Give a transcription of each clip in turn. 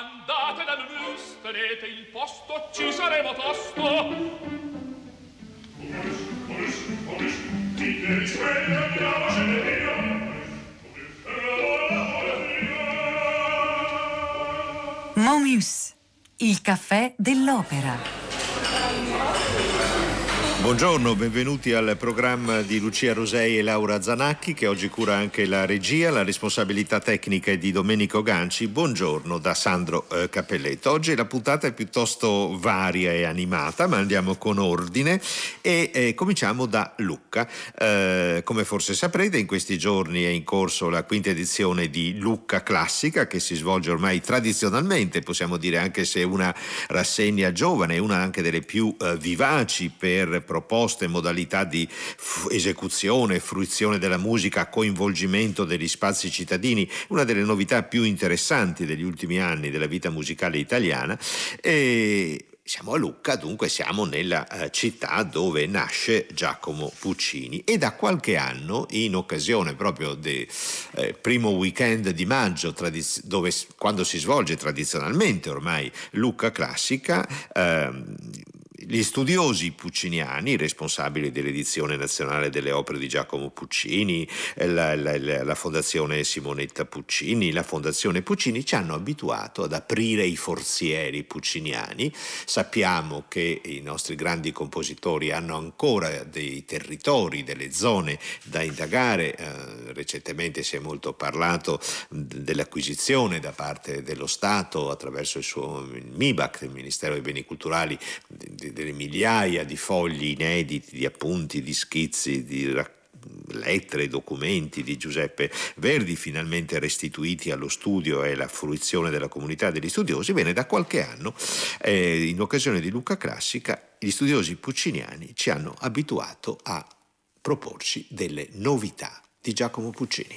Andate da Mus, tenete il posto, ci saremo tosto. Momus, il caffè dell'opera. Buongiorno, benvenuti al programma di Lucia Rosei e Laura Zanacchi, che oggi cura anche la regia. La responsabilità tecnica è di Domenico Ganci. Buongiorno da Sandro Cappelletto. Oggi la puntata è piuttosto varia e animata, ma andiamo con ordine e cominciamo da Lucca. Come forse saprete, in questi giorni è in corso la quinta edizione di Lucca Classica, che si svolge ormai tradizionalmente, possiamo dire, anche se è una rassegna giovane, una anche delle più vivaci per proposte, modalità di esecuzione, fruizione della musica, coinvolgimento degli spazi cittadini, una delle novità più interessanti degli ultimi anni della vita musicale italiana. E siamo a Lucca, dunque siamo nella città dove nasce Giacomo Puccini, e da qualche anno, in occasione proprio del primo weekend di maggio, quando si svolge tradizionalmente ormai Lucca Classica, gli studiosi pucciniani, responsabili dell'edizione nazionale delle opere di Giacomo Puccini, la Fondazione Simonetta Puccini, la Fondazione Puccini, ci hanno abituato ad aprire i forzieri pucciniani. Sappiamo che i nostri grandi compositori hanno ancora dei territori, delle zone da indagare. Recentemente si è molto parlato dell'acquisizione da parte dello Stato, attraverso il suo MIBAC, il Ministero dei Beni Culturali, delle migliaia di fogli inediti, di appunti, di schizzi, di lettere, documenti di Giuseppe Verdi, finalmente restituiti allo studio e alla fruizione della comunità degli studiosi. Bene, da qualche anno, in occasione di Lucca Classica, gli studiosi pucciniani ci hanno abituato a proporci delle novità di Giacomo Puccini.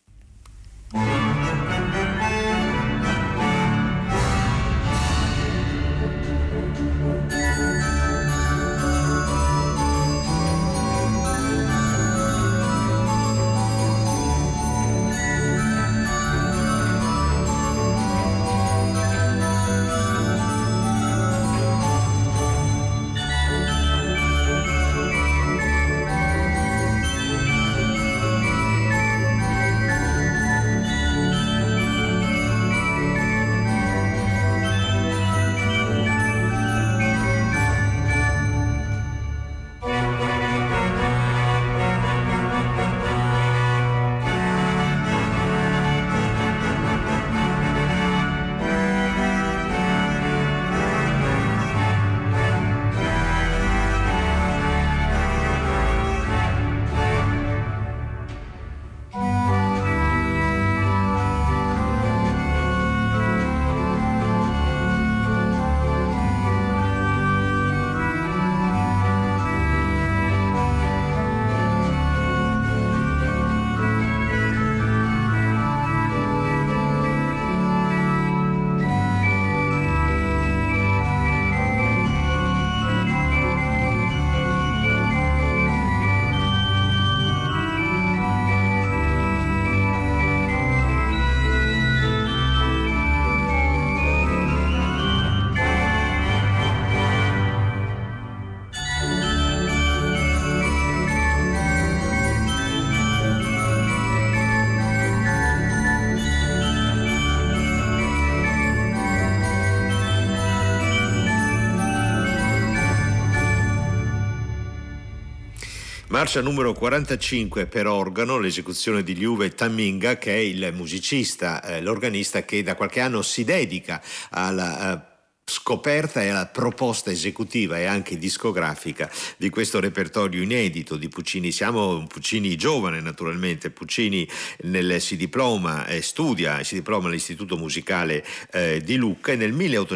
Marcia numero 45 per organo, l'esecuzione di Liuve Tamminga, che è il musicista, l'organista che da qualche anno si dedica alla scoperta e alla proposta esecutiva e anche discografica di questo repertorio inedito di Puccini. Siamo un Puccini giovane, naturalmente. Puccini si diploma all'Istituto Musicale di Lucca, e nel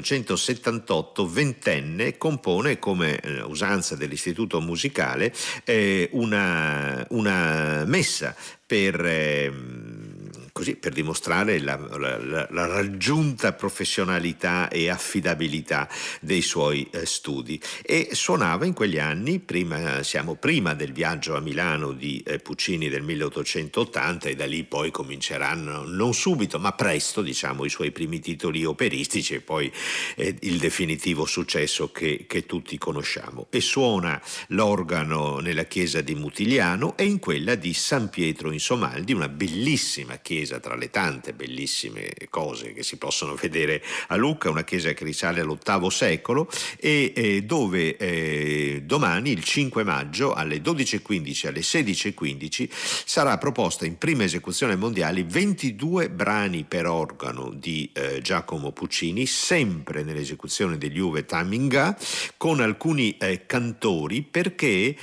1878, ventenne, compone, come usanza dell'Istituto Musicale, una messa per così per dimostrare la raggiunta professionalità e affidabilità dei suoi studi. E suonava in quegli anni, siamo prima del viaggio a Milano di Puccini del 1880, e da lì poi cominceranno, non subito ma presto, diciamo, i suoi primi titoli operistici e poi il definitivo successo che tutti conosciamo. E suona l'organo nella chiesa di Mutigliano e in quella di San Pietro in Somaldi, una bellissima chiesa tra le tante bellissime cose che si possono vedere a Lucca, una chiesa che risale all'VIII secolo e dove domani, il 5 maggio, alle 12.15 alle 16.15 sarà proposta in prima esecuzione mondiale 22 brani per organo di Giacomo Puccini, sempre nell'esecuzione degli Uwe Tamminga, con alcuni cantori, perché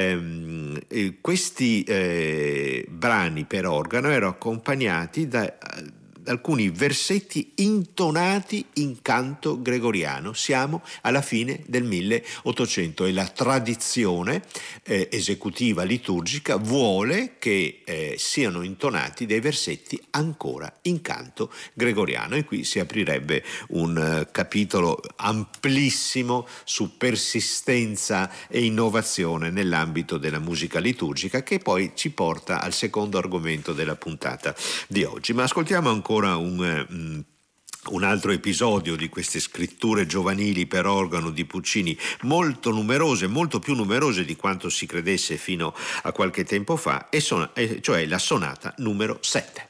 questi brani per organo erano accompagnati da alcuni versetti intonati in canto gregoriano. Siamo alla fine del 1800 e la tradizione esecutiva liturgica vuole che siano intonati dei versetti ancora in canto gregoriano, e qui si aprirebbe un capitolo amplissimo su persistenza e innovazione nell'ambito della musica liturgica, che poi ci porta al secondo argomento della puntata di oggi. Ma ascoltiamo ancora un altro episodio di queste scritture giovanili per organo di Puccini, molto numerose, molto più numerose di quanto si credesse fino a qualche tempo fa, cioè la sonata numero 7.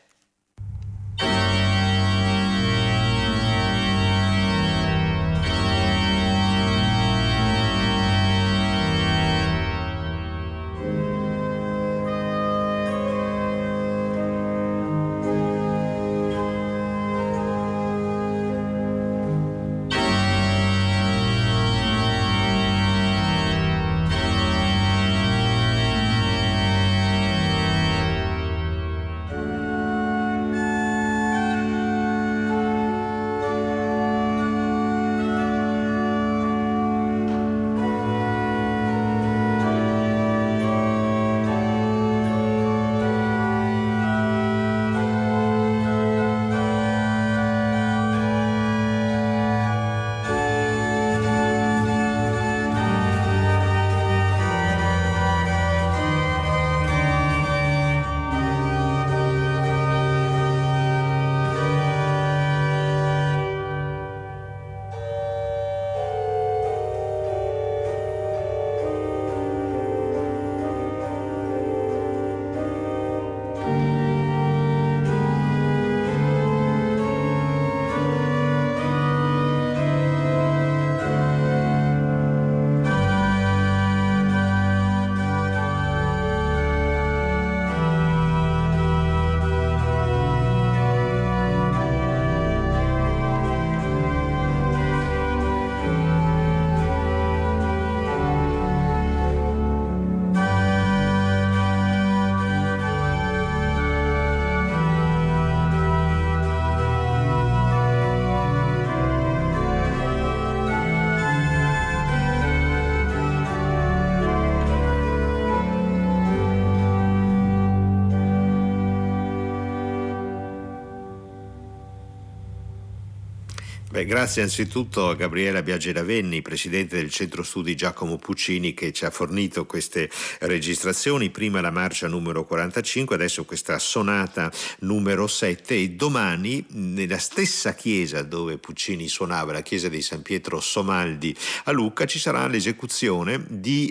Grazie anzitutto a Gabriela Biagi Ravenni, presidente del Centro Studi Giacomo Puccini, che ci ha fornito queste registrazioni, prima la marcia numero 45, adesso questa sonata numero 7, e domani nella stessa chiesa dove Puccini suonava, la chiesa di San Pietro Somaldi a Lucca, ci sarà l'esecuzione di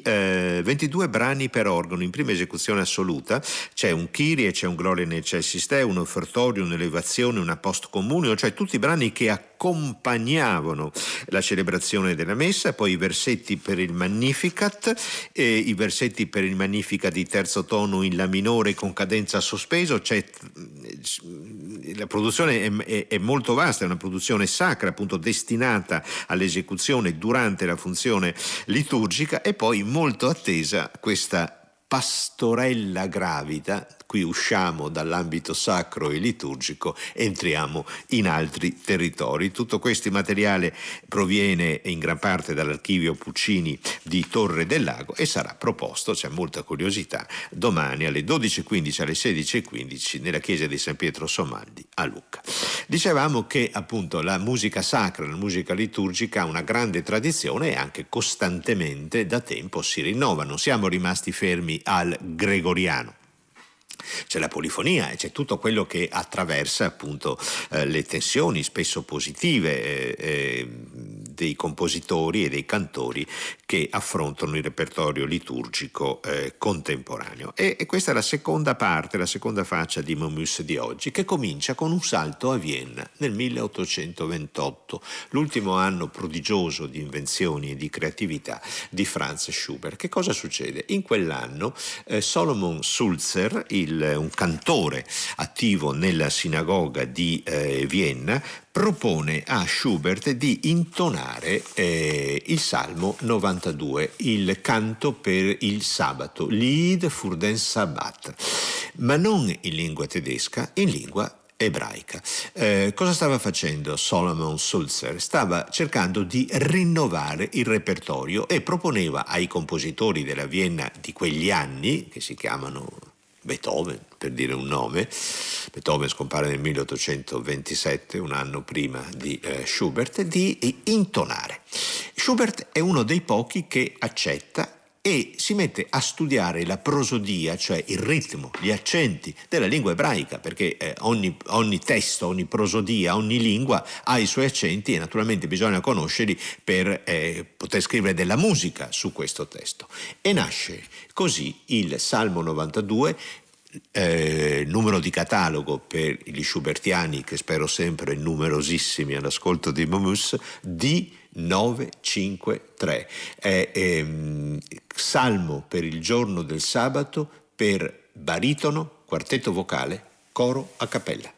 22 brani per organo in prima esecuzione assoluta. C'è un Kyrie, c'è un Gloria in Excelsis Deo, un Offertorio, un'Elevazione, una Post Communio, cioè tutti i brani che accompagnavano la celebrazione della messa, poi i versetti per il Magnificat, i versetti per il Magnificat di terzo tono in La minore con cadenza sospeso. La produzione è molto vasta, è una produzione sacra, appunto destinata all'esecuzione durante la funzione liturgica, e poi molto attesa questa Pastorella gravida, qui usciamo dall'ambito sacro e liturgico, entriamo in altri territori. Tutto questo materiale proviene in gran parte dall'archivio Puccini di Torre del Lago e sarà proposto, c'è molta curiosità, domani alle 12.15 alle 16.15 nella chiesa di San Pietro Somaldi a Lucca. Dicevamo che appunto la musica sacra, la musica liturgica ha una grande tradizione e anche costantemente da tempo si rinnova, non siamo rimasti fermi al gregoriano. C'è la polifonia e c'è tutto quello che attraversa appunto le tensioni spesso positive dei compositori e dei cantori che affrontano il repertorio liturgico contemporaneo. E questa è la seconda parte, la seconda faccia di Momus di oggi, che comincia con un salto a Vienna nel 1828, l'ultimo anno prodigioso di invenzioni e di creatività di Franz Schubert. Che cosa succede? In quell'anno Solomon Sulzer, un cantore attivo nella sinagoga di Vienna, propone a Schubert di intonare il Salmo 92, il canto per il sabato, Lied für den Sabbat, ma non in lingua tedesca, in lingua ebraica. Cosa stava facendo Solomon Sulzer? Stava cercando di rinnovare il repertorio e proponeva ai compositori della Vienna di quegli anni, che si chiamano Beethoven, per dire un nome. Beethoven scompare nel 1827, un anno prima di Schubert, di intonare. Schubert è uno dei pochi che accetta e si mette a studiare la prosodia, cioè il ritmo, gli accenti della lingua ebraica, perché ogni testo, ogni prosodia, ogni lingua ha i suoi accenti e naturalmente bisogna conoscerli per poter scrivere della musica su questo testo. E nasce così il Salmo 92, numero di catalogo per gli schubertiani, che spero sempre numerosissimi all'ascolto di Momus, D953. È salmo per il giorno del sabato per baritono, quartetto vocale, coro a cappella.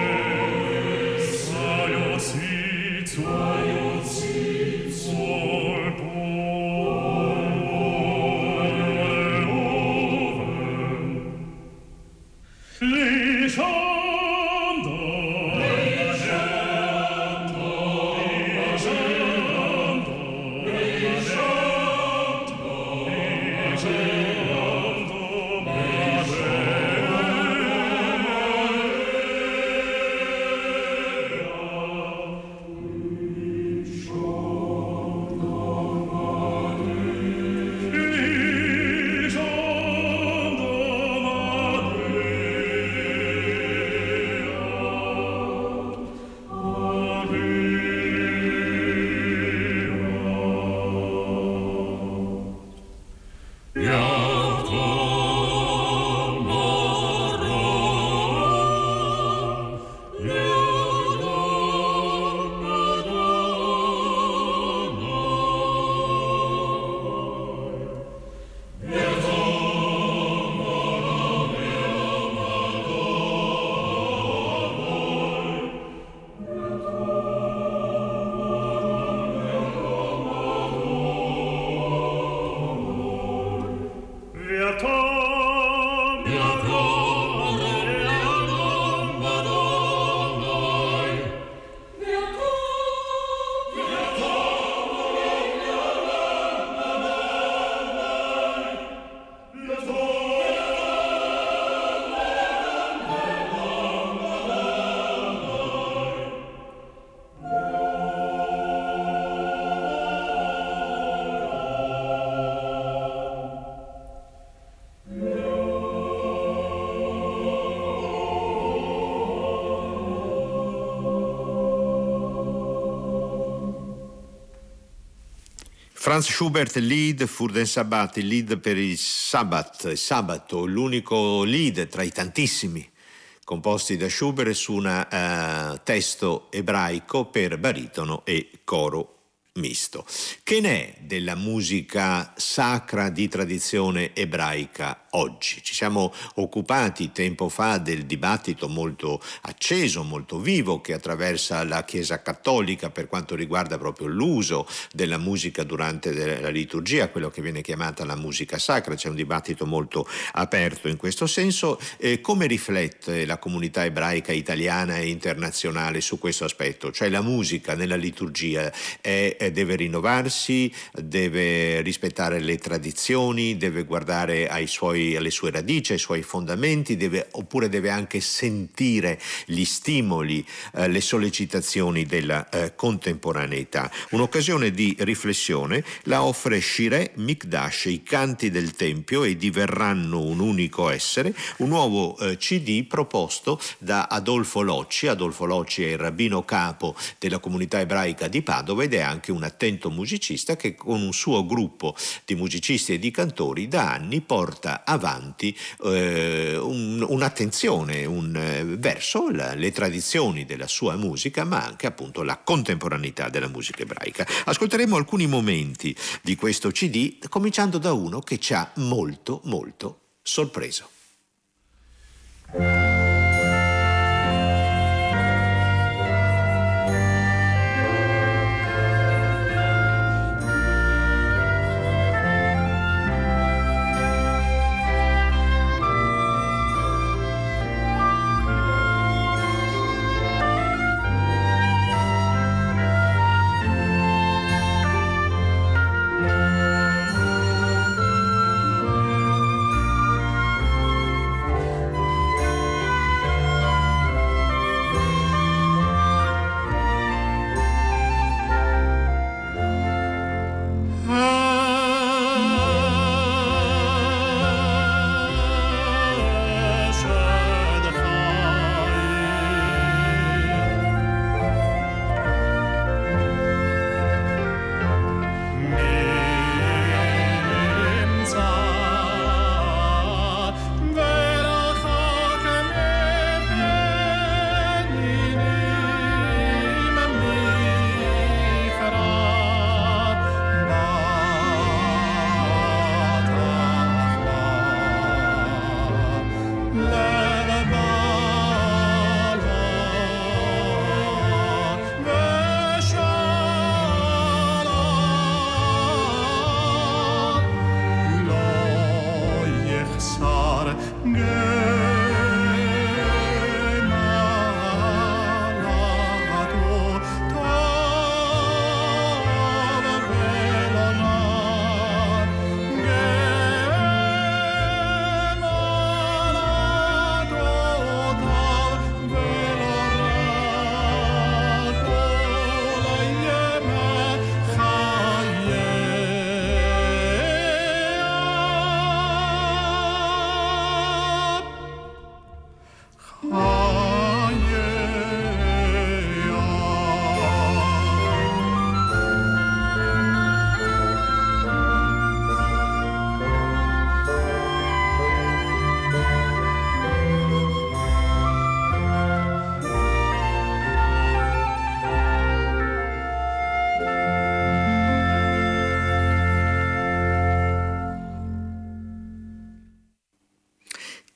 Franz Schubert, Lied für den Sabbat, il lead per il sabato, l'unico lead tra i tantissimi composti da Schubert su un testo ebraico per baritono e coro misto. Che ne è della musica sacra di tradizione ebraica oggi? Ci siamo occupati tempo fa del dibattito molto acceso, molto vivo che attraversa la Chiesa Cattolica per quanto riguarda proprio l'uso della musica durante la liturgia, quello che viene chiamata la musica sacra. C'è un dibattito molto aperto in questo senso. Come riflette la comunità ebraica italiana e internazionale su questo aspetto? Cioè la musica nella liturgia deve rinnovarsi, deve rispettare le tradizioni, deve guardare alle sue radici, ai suoi fondamenti, oppure deve anche sentire gli stimoli, le sollecitazioni della contemporaneità. Un'occasione di riflessione la offre Shireh Mikdash, i canti del Tempio e diverranno un unico essere, un nuovo CD proposto da Adolfo Locci. Adolfo Locci è il rabbino capo della comunità ebraica di Padova ed è anche un attento musicista che con un suo gruppo di musicisti e di cantori da anni porta avanti un'attenzione verso le tradizioni della sua musica, ma anche appunto la contemporaneità della musica ebraica. Ascolteremo alcuni momenti di questo CD, cominciando da uno che ci ha molto molto sorpreso.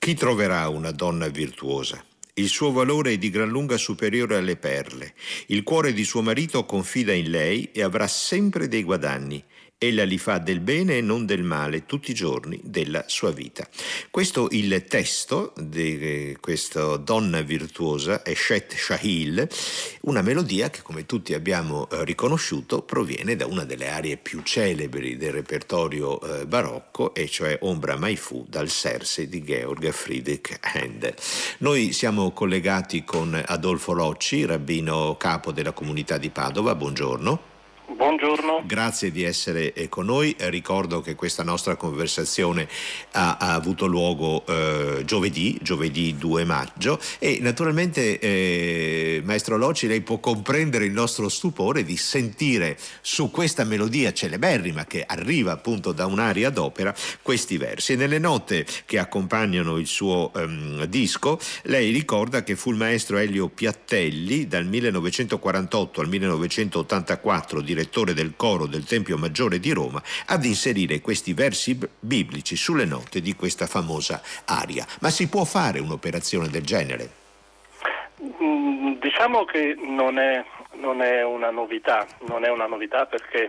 Chi troverà una donna virtuosa? Il suo valore è di gran lunga superiore alle perle. Il cuore di suo marito confida in lei e avrà sempre dei guadagni. Ella gli fa del bene e non del male tutti i giorni della sua vita. Questo il testo di questa donna virtuosa, Eshet Shahil, una melodia che, come tutti abbiamo riconosciuto, proviene da una delle arie più celebri del repertorio barocco, e cioè Ombra mai fu dal Serse di Georg Friedrich Händel. Noi siamo collegati con Adolfo Locci, rabbino capo della comunità di Padova. Buongiorno. Buongiorno. Grazie di essere con noi. Ricordo che questa nostra conversazione ha avuto luogo giovedì 2 maggio e naturalmente maestro Locci, lei può comprendere il nostro stupore di sentire su questa melodia celeberrima che arriva appunto da un'aria d'opera questi versi. E nelle note che accompagnano il suo disco lei ricorda che fu il maestro Elio Piattelli dal 1948 al 1984 direttore del coro del Tempio Maggiore di Roma ad inserire questi versi biblici sulle note di questa famosa aria. Ma si può fare un'operazione del genere? Diciamo che non è una novità, perché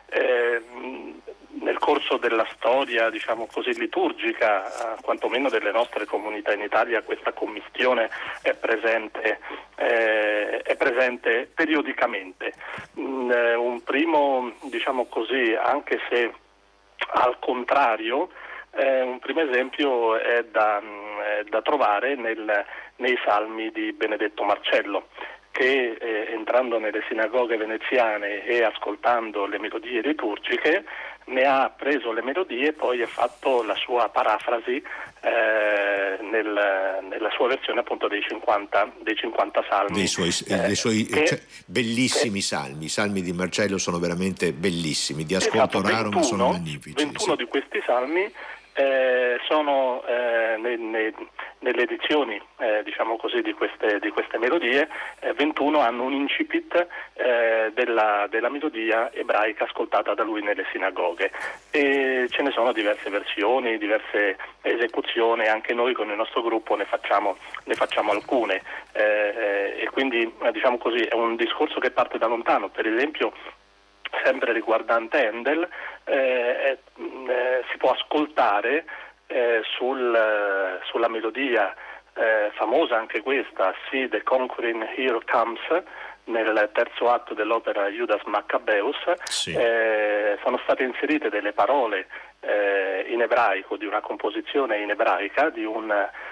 nel corso della storia, diciamo così, liturgica, quantomeno delle nostre comunità in Italia, questa commistione è presente periodicamente. Un primo, diciamo così, anche se al contrario, un primo esempio è da trovare nei salmi di Benedetto Marcello, che entrando nelle sinagoghe veneziane e ascoltando le melodie liturgiche ne ha preso le melodie e poi ha fatto la sua parafrasi nella sua versione appunto dei 50 salmi. Dei suoi bellissimi salmi. I salmi di Marcello sono veramente bellissimi, di ascolto raro, ma sono magnifici. 21 di questi salmi sono nelle edizioni diciamo così di queste melodie, 21 hanno un incipit della melodia ebraica ascoltata da lui nelle sinagoghe, e ce ne sono diverse versioni, diverse esecuzioni. Anche noi con il nostro gruppo ne facciamo alcune, e quindi diciamo così è un discorso che parte da lontano. Per esempio, sempre riguardante Handel, si può ascoltare sulla melodia famosa anche questa, See the Conquering Here Comes, nel terzo atto dell'opera Judas Maccabeus. Sì. Sono state inserite delle parole in ebraico, di una composizione in ebraica di un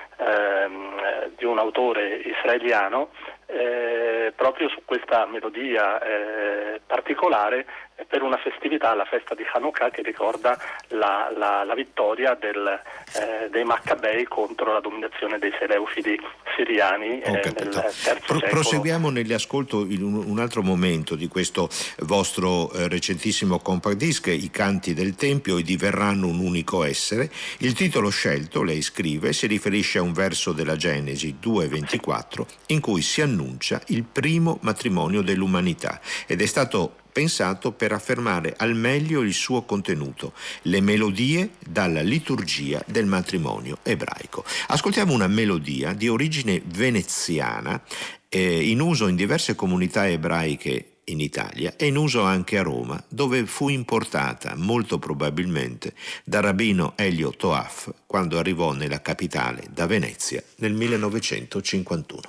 autore israeliano, proprio su questa melodia particolare, per una festività, la festa di Hanukkah, che ricorda la vittoria dei Maccabei contro la dominazione dei Seleufidi siriani nel terzo secolo. Proseguiamo nell'ascolto in un altro momento di questo vostro recentissimo compact disc, I canti del Tempio e diverranno un unico essere. Il titolo scelto, lei scrive, si riferisce a un verso della Genesi 2:24 in cui si annuncia il primo matrimonio dell'umanità ed è stato pensato per affermare al meglio il suo contenuto, le melodie dalla liturgia del matrimonio ebraico. Ascoltiamo una melodia di origine veneziana, in uso in diverse comunità ebraiche in Italia e in uso anche a Roma, dove fu importata molto probabilmente da rabbino Elio Toaf quando arrivò nella capitale da Venezia nel 1951.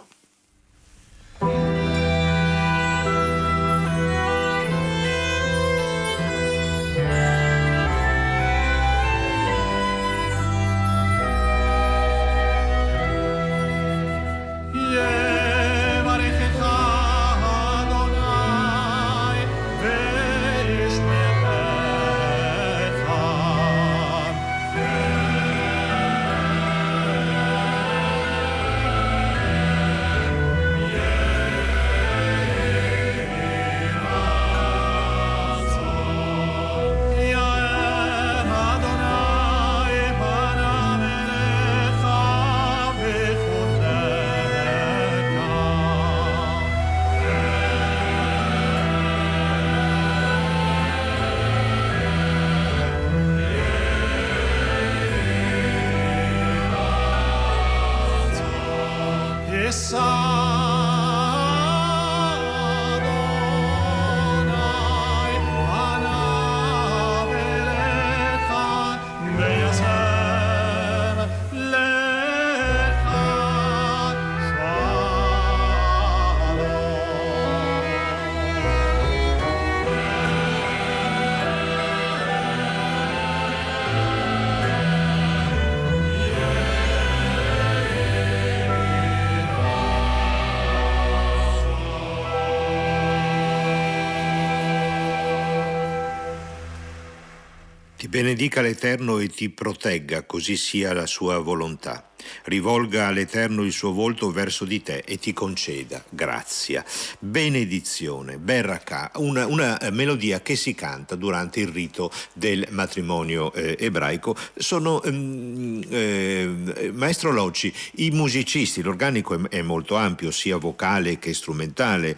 Benedica l'Eterno e ti protegga, così sia la sua volontà. Rivolga all'Eterno il suo volto verso di te e ti conceda grazia. Benedizione, Berrakah, una melodia che si canta durante il rito del matrimonio ebraico. Sono Maestro Locci, i musicisti, l'organico è molto ampio, sia vocale che strumentale,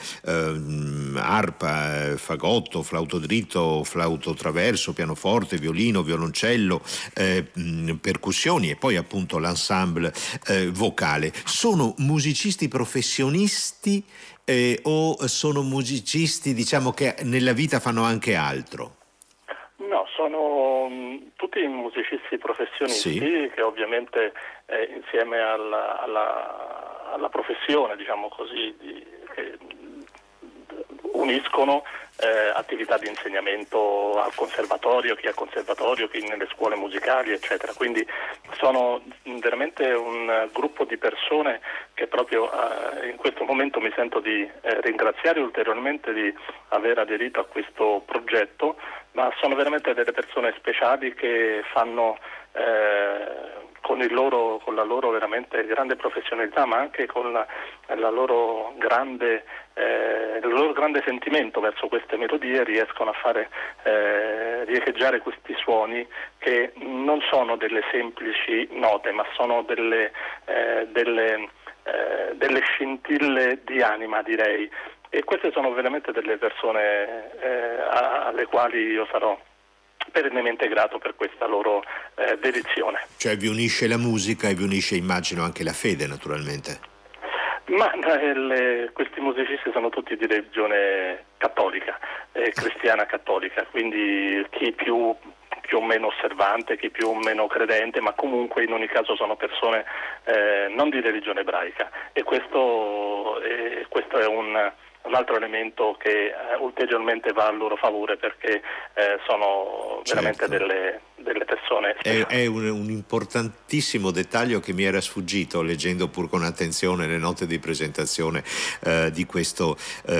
arpa, fagotto, flauto dritto, flauto traverso, pianoforte, violino, violoncello, percussioni e poi appunto l'ensemble vocale. Sono musicisti professionisti o sono musicisti, diciamo, che nella vita fanno anche altro? No, sono tutti musicisti professionisti, sì, che ovviamente insieme alla professione, diciamo così, che uniscono attività di insegnamento al conservatorio, chi al conservatorio, chi nelle scuole musicali, eccetera. Quindi sono veramente un gruppo di persone che proprio in questo momento mi sento di ringraziare ulteriormente di aver aderito a questo progetto, ma sono veramente delle persone speciali che fanno con la loro veramente grande professionalità, ma anche con il loro grande sentimento verso queste melodie, riescono a fare riecheggiare questi suoni che non sono delle semplici note, ma sono delle scintille di anima, direi. E queste sono veramente delle persone alle quali io sarò perennemente grato per questa loro dedizione. Cioè vi unisce la musica e vi unisce, immagino, anche la fede, naturalmente. Ma questi musicisti sono tutti di religione cattolica, cristiana cattolica, quindi chi più o meno osservante, chi più o meno credente, ma comunque in ogni caso sono persone non di religione ebraica, e questo è un altro elemento che ulteriormente va a loro favore, perché sono veramente delle persone speciali. È un importantissimo dettaglio che mi era sfuggito leggendo pur con attenzione le note di presentazione di questo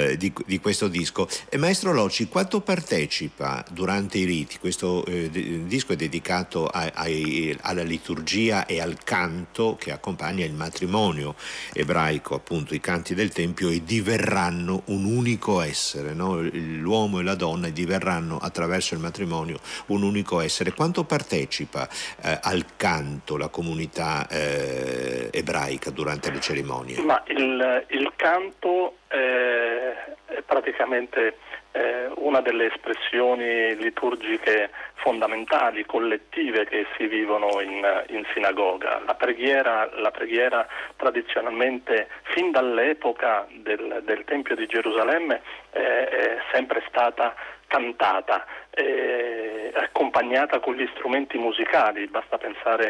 disco. Maestro Locci, quanto partecipa durante i riti? Questo disco è dedicato alla liturgia e al canto che accompagna il matrimonio ebraico, appunto i canti del Tempio, e diverranno un unico essere, no? L'uomo e la donna diverranno attraverso il matrimonio un unico essere. Quanto partecipa al canto la comunità ebraica durante le cerimonie? Ma il canto è praticamente una delle espressioni liturgiche fondamentali, collettive, che si vivono in sinagoga. La preghiera tradizionalmente, fin dall'epoca del Tempio di Gerusalemme, è sempre stata cantata, accompagnata con gli strumenti musicali. Basta pensare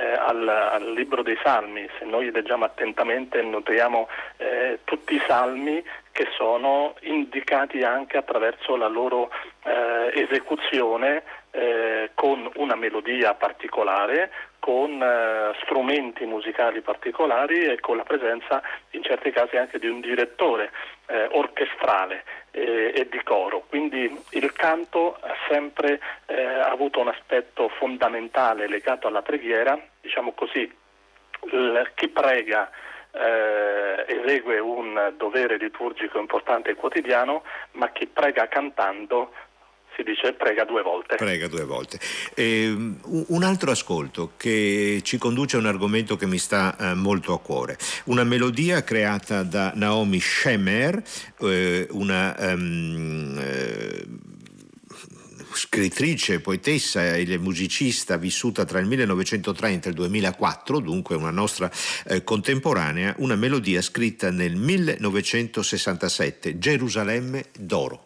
al libro dei Salmi. Se noi leggiamo attentamente notiamo tutti i salmi che sono indicati anche attraverso la loro esecuzione con una melodia particolare, con strumenti musicali particolari e con la presenza in certi casi anche di un direttore orchestrale e di coro. Quindi il canto ha sempre avuto un aspetto fondamentale legato alla preghiera, diciamo così. Chi prega esegue un dovere liturgico importante e quotidiano, ma chi prega cantando, si dice, prega due volte. Prega due volte. Un altro ascolto che ci conduce a un argomento che mi sta molto a cuore. Una melodia creata da Naomi Shemer, una scrittrice, poetessa e musicista vissuta tra il 1930 e il 2004, dunque una nostra contemporanea, una melodia scritta nel 1967, Gerusalemme d'oro.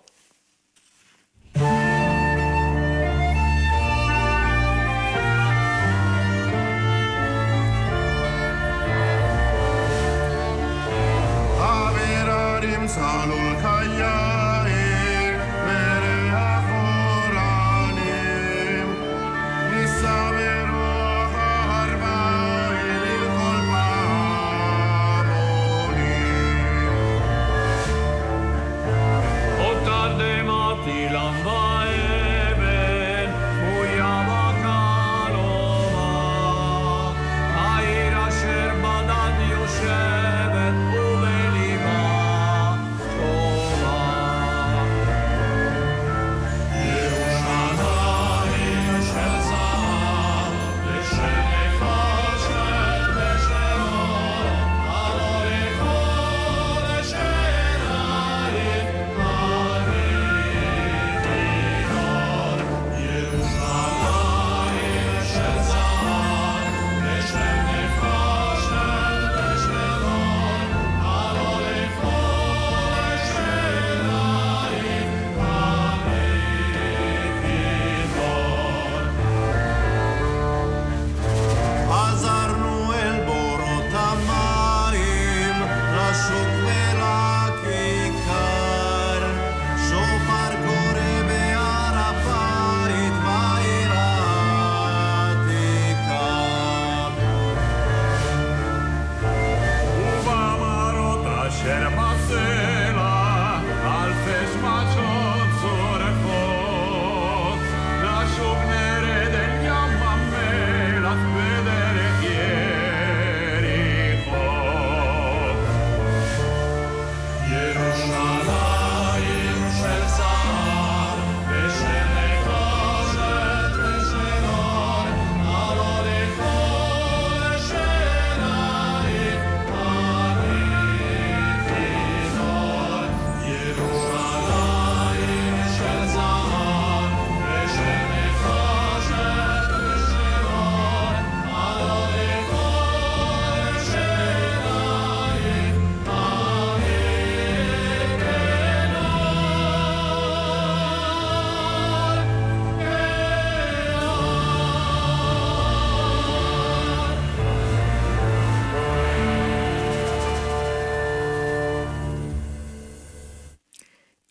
Lamba eben,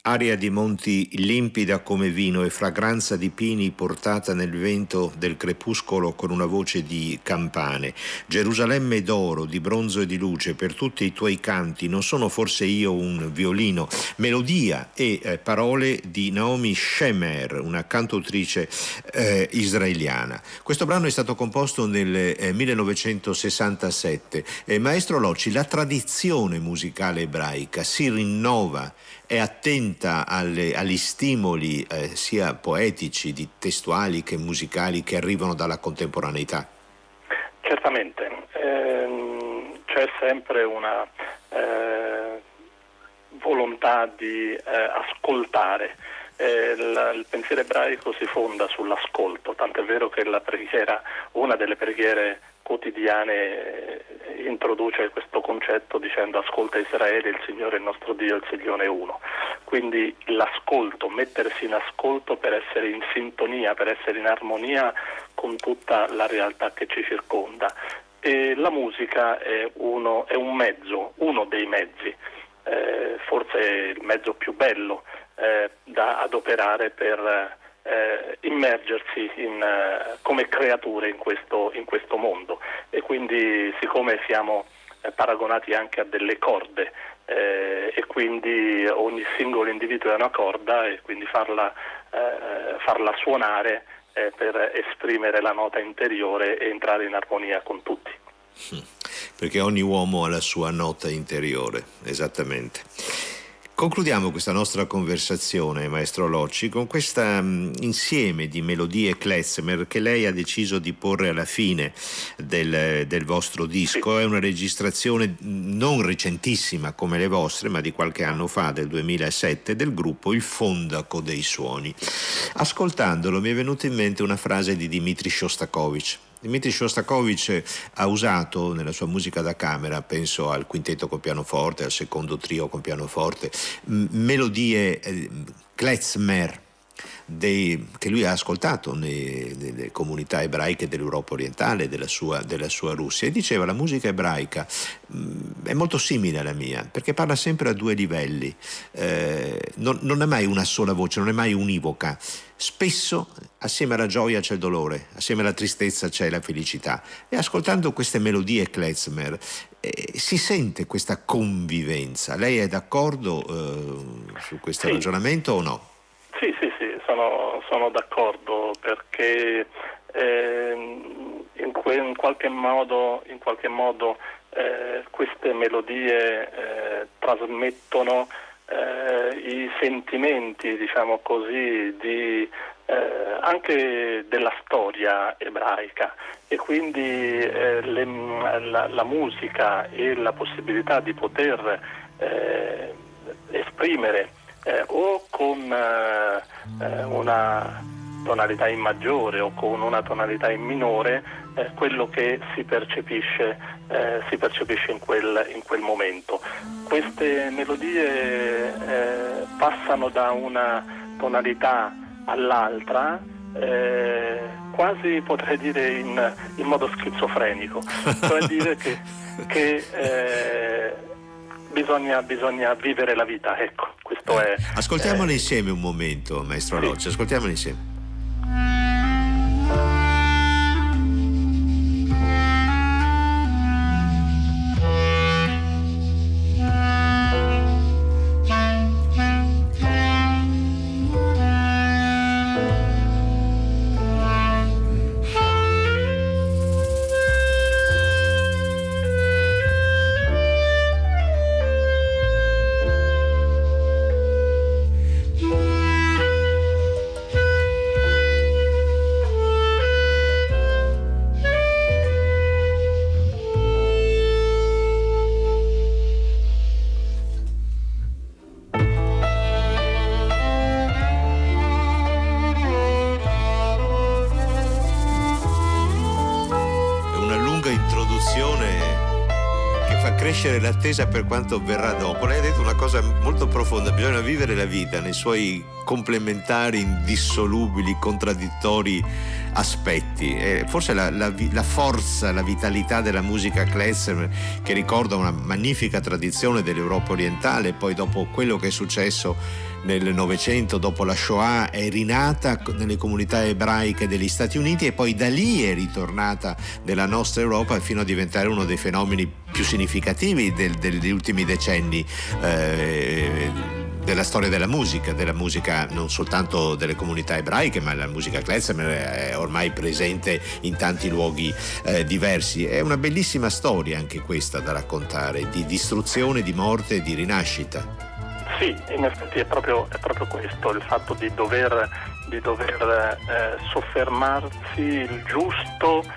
Aria di monti limpida come vino e fragranza di pini portata nel vento del crepuscolo con una voce di campane. Gerusalemme d'oro, di bronzo e di luce, per tutti i tuoi canti, non sono forse io un violino? Melodia e parole di Naomi Shemer, una cantautrice israeliana. Questo brano è stato composto nel 1967. Maestro Locci, la tradizione musicale ebraica si rinnova, è attenta agli stimoli sia poetici, testuali che musicali che arrivano dalla contemporaneità? Certamente, c'è sempre una volontà di ascoltare. Il pensiero ebraico si fonda sull'ascolto, tant'è vero che la preghiera, una delle preghiere quotidiane, introduce questo concetto dicendo: ascolta Israele, il Signore il nostro Dio, il Signore è uno. Quindi l'ascolto, mettersi in ascolto per essere in sintonia, per essere in armonia con tutta la realtà che ci circonda. E la musica è uno dei mezzi, forse il mezzo più bello da adoperare per immergersi come creature in questo mondo. E quindi, siccome siamo paragonati anche a delle corde, e quindi ogni singolo individuo è una corda, e quindi farla suonare per esprimere la nota interiore e entrare in armonia con tutti. Perché ogni uomo ha la sua nota interiore, esattamente. Concludiamo questa nostra conversazione, maestro Locci, con questo insieme di melodie klezmer che lei ha deciso di porre alla fine del vostro disco. È una registrazione non recentissima come le vostre, ma di qualche anno fa, del 2007, del gruppo Il Fondaco dei Suoni. Ascoltandolo mi è venuta in mente una frase di Dmitri Shostakovich. Dmitri Shostakovich ha usato nella sua musica da camera, penso al quintetto con pianoforte, al secondo trio con pianoforte, melodie klezmer che lui ha ascoltato nelle comunità ebraiche dell'Europa orientale, della sua Russia, e diceva: la musica ebraica è molto simile alla mia, perché parla sempre a due livelli, non è mai una sola voce, non è mai univoca. Spesso assieme alla gioia c'è il dolore, assieme alla tristezza c'è la felicità, e ascoltando queste melodie klezmer si sente questa convivenza. Lei è d'accordo su questo ragionamento o no? Sì, sono d'accordo, perché in qualche modo queste melodie trasmettono i sentimenti, diciamo così, anche della storia ebraica, e quindi la musica e la possibilità di poter esprimere o con una tonalità in maggiore o con una tonalità in minore quello che si percepisce in quel momento. Queste melodie passano da una tonalità all'altra, quasi potrei dire in modo schizofrenico, cioè dire che bisogna vivere la vita, ecco, questo è. Ascoltiamole insieme un momento, maestro Locci, ascoltiamole insieme. L'attesa per quanto verrà dopo. Lei ha detto una cosa molto profonda: bisogna vivere la vita nei suoi complementari, indissolubili, contraddittori aspetti. Forse la forza, la vitalità della musica klezmer, che ricorda una magnifica tradizione dell'Europa orientale, poi dopo quello che è successo nel Novecento, dopo la Shoah, è rinata nelle comunità ebraiche degli Stati Uniti e poi da lì è ritornata nella nostra Europa fino a diventare uno dei fenomeni più significativi degli ultimi decenni della storia della musica non soltanto delle comunità ebraiche, ma la musica klezmer è ormai presente in tanti luoghi diversi. È una bellissima storia anche questa da raccontare, di distruzione, di morte e di rinascita. Sì, in effetti è proprio questo, il fatto di dover soffermarsi il giusto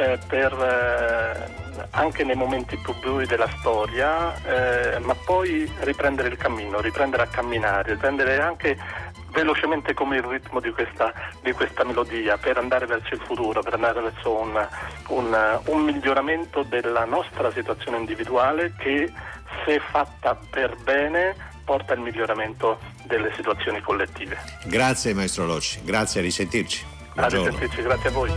anche nei momenti più bui della storia, ma poi riprendere il cammino, riprendere a camminare, riprendere anche velocemente come il ritmo di questa melodia, per andare verso il futuro, per andare verso un miglioramento della nostra situazione individuale che, se fatta per bene, porta al miglioramento delle situazioni collettive. Grazie maestro Locci, grazie, a risentirci. Buongiorno. A risentirci, grazie a voi.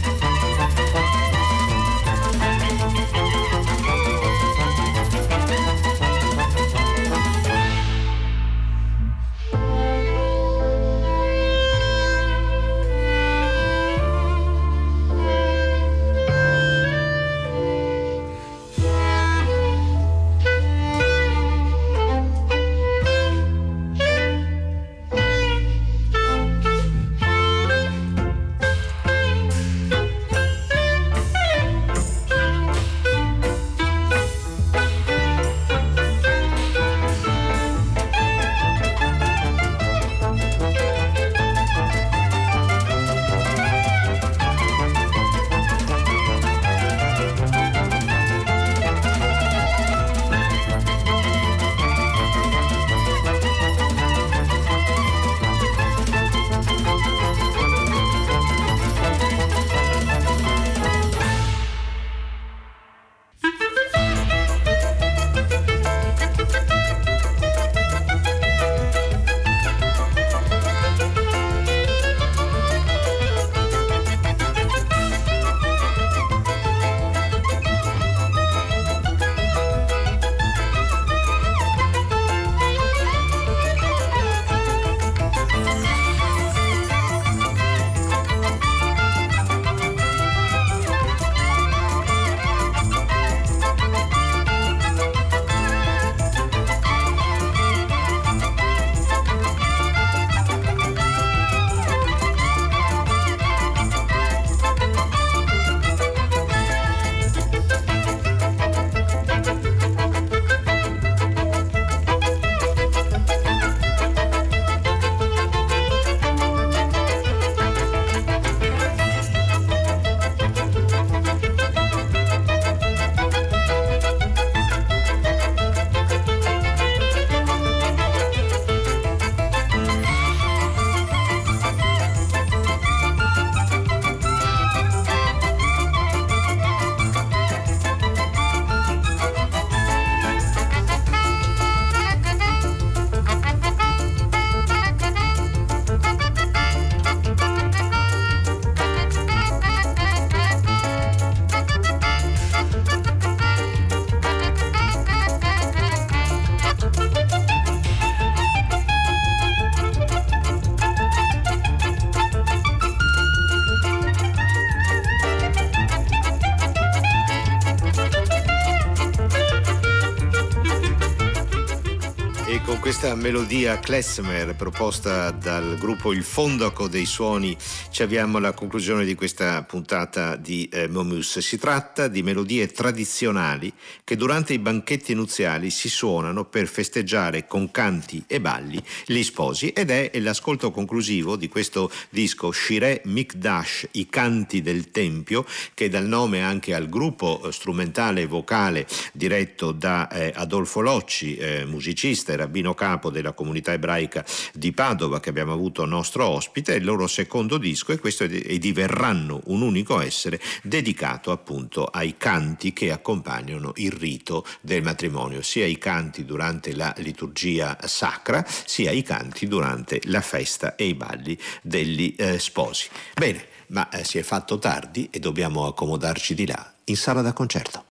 Questa melodia klezmer proposta dal gruppo Il Fondaco dei Suoni ci avviamo alla conclusione di questa puntata di Momus. Si tratta di melodie tradizionali che durante i banchetti nuziali si suonano per festeggiare con canti e balli gli sposi, ed è l'ascolto conclusivo di questo disco Shireh Mikdash, i canti del tempio, che dà il nome anche al gruppo strumentale vocale diretto da Adolfo Locci, musicista e rabbino capo della comunità ebraica di Padova, che abbiamo avuto nostro ospite. Il loro secondo disco è questo, e diverranno un unico essere, dedicato appunto ai canti che accompagnano il rito del matrimonio, sia i canti durante la liturgia sacra, sia i canti durante la festa e i balli degli sposi. Bene, ma si è fatto tardi e dobbiamo accomodarci di là, in sala da concerto.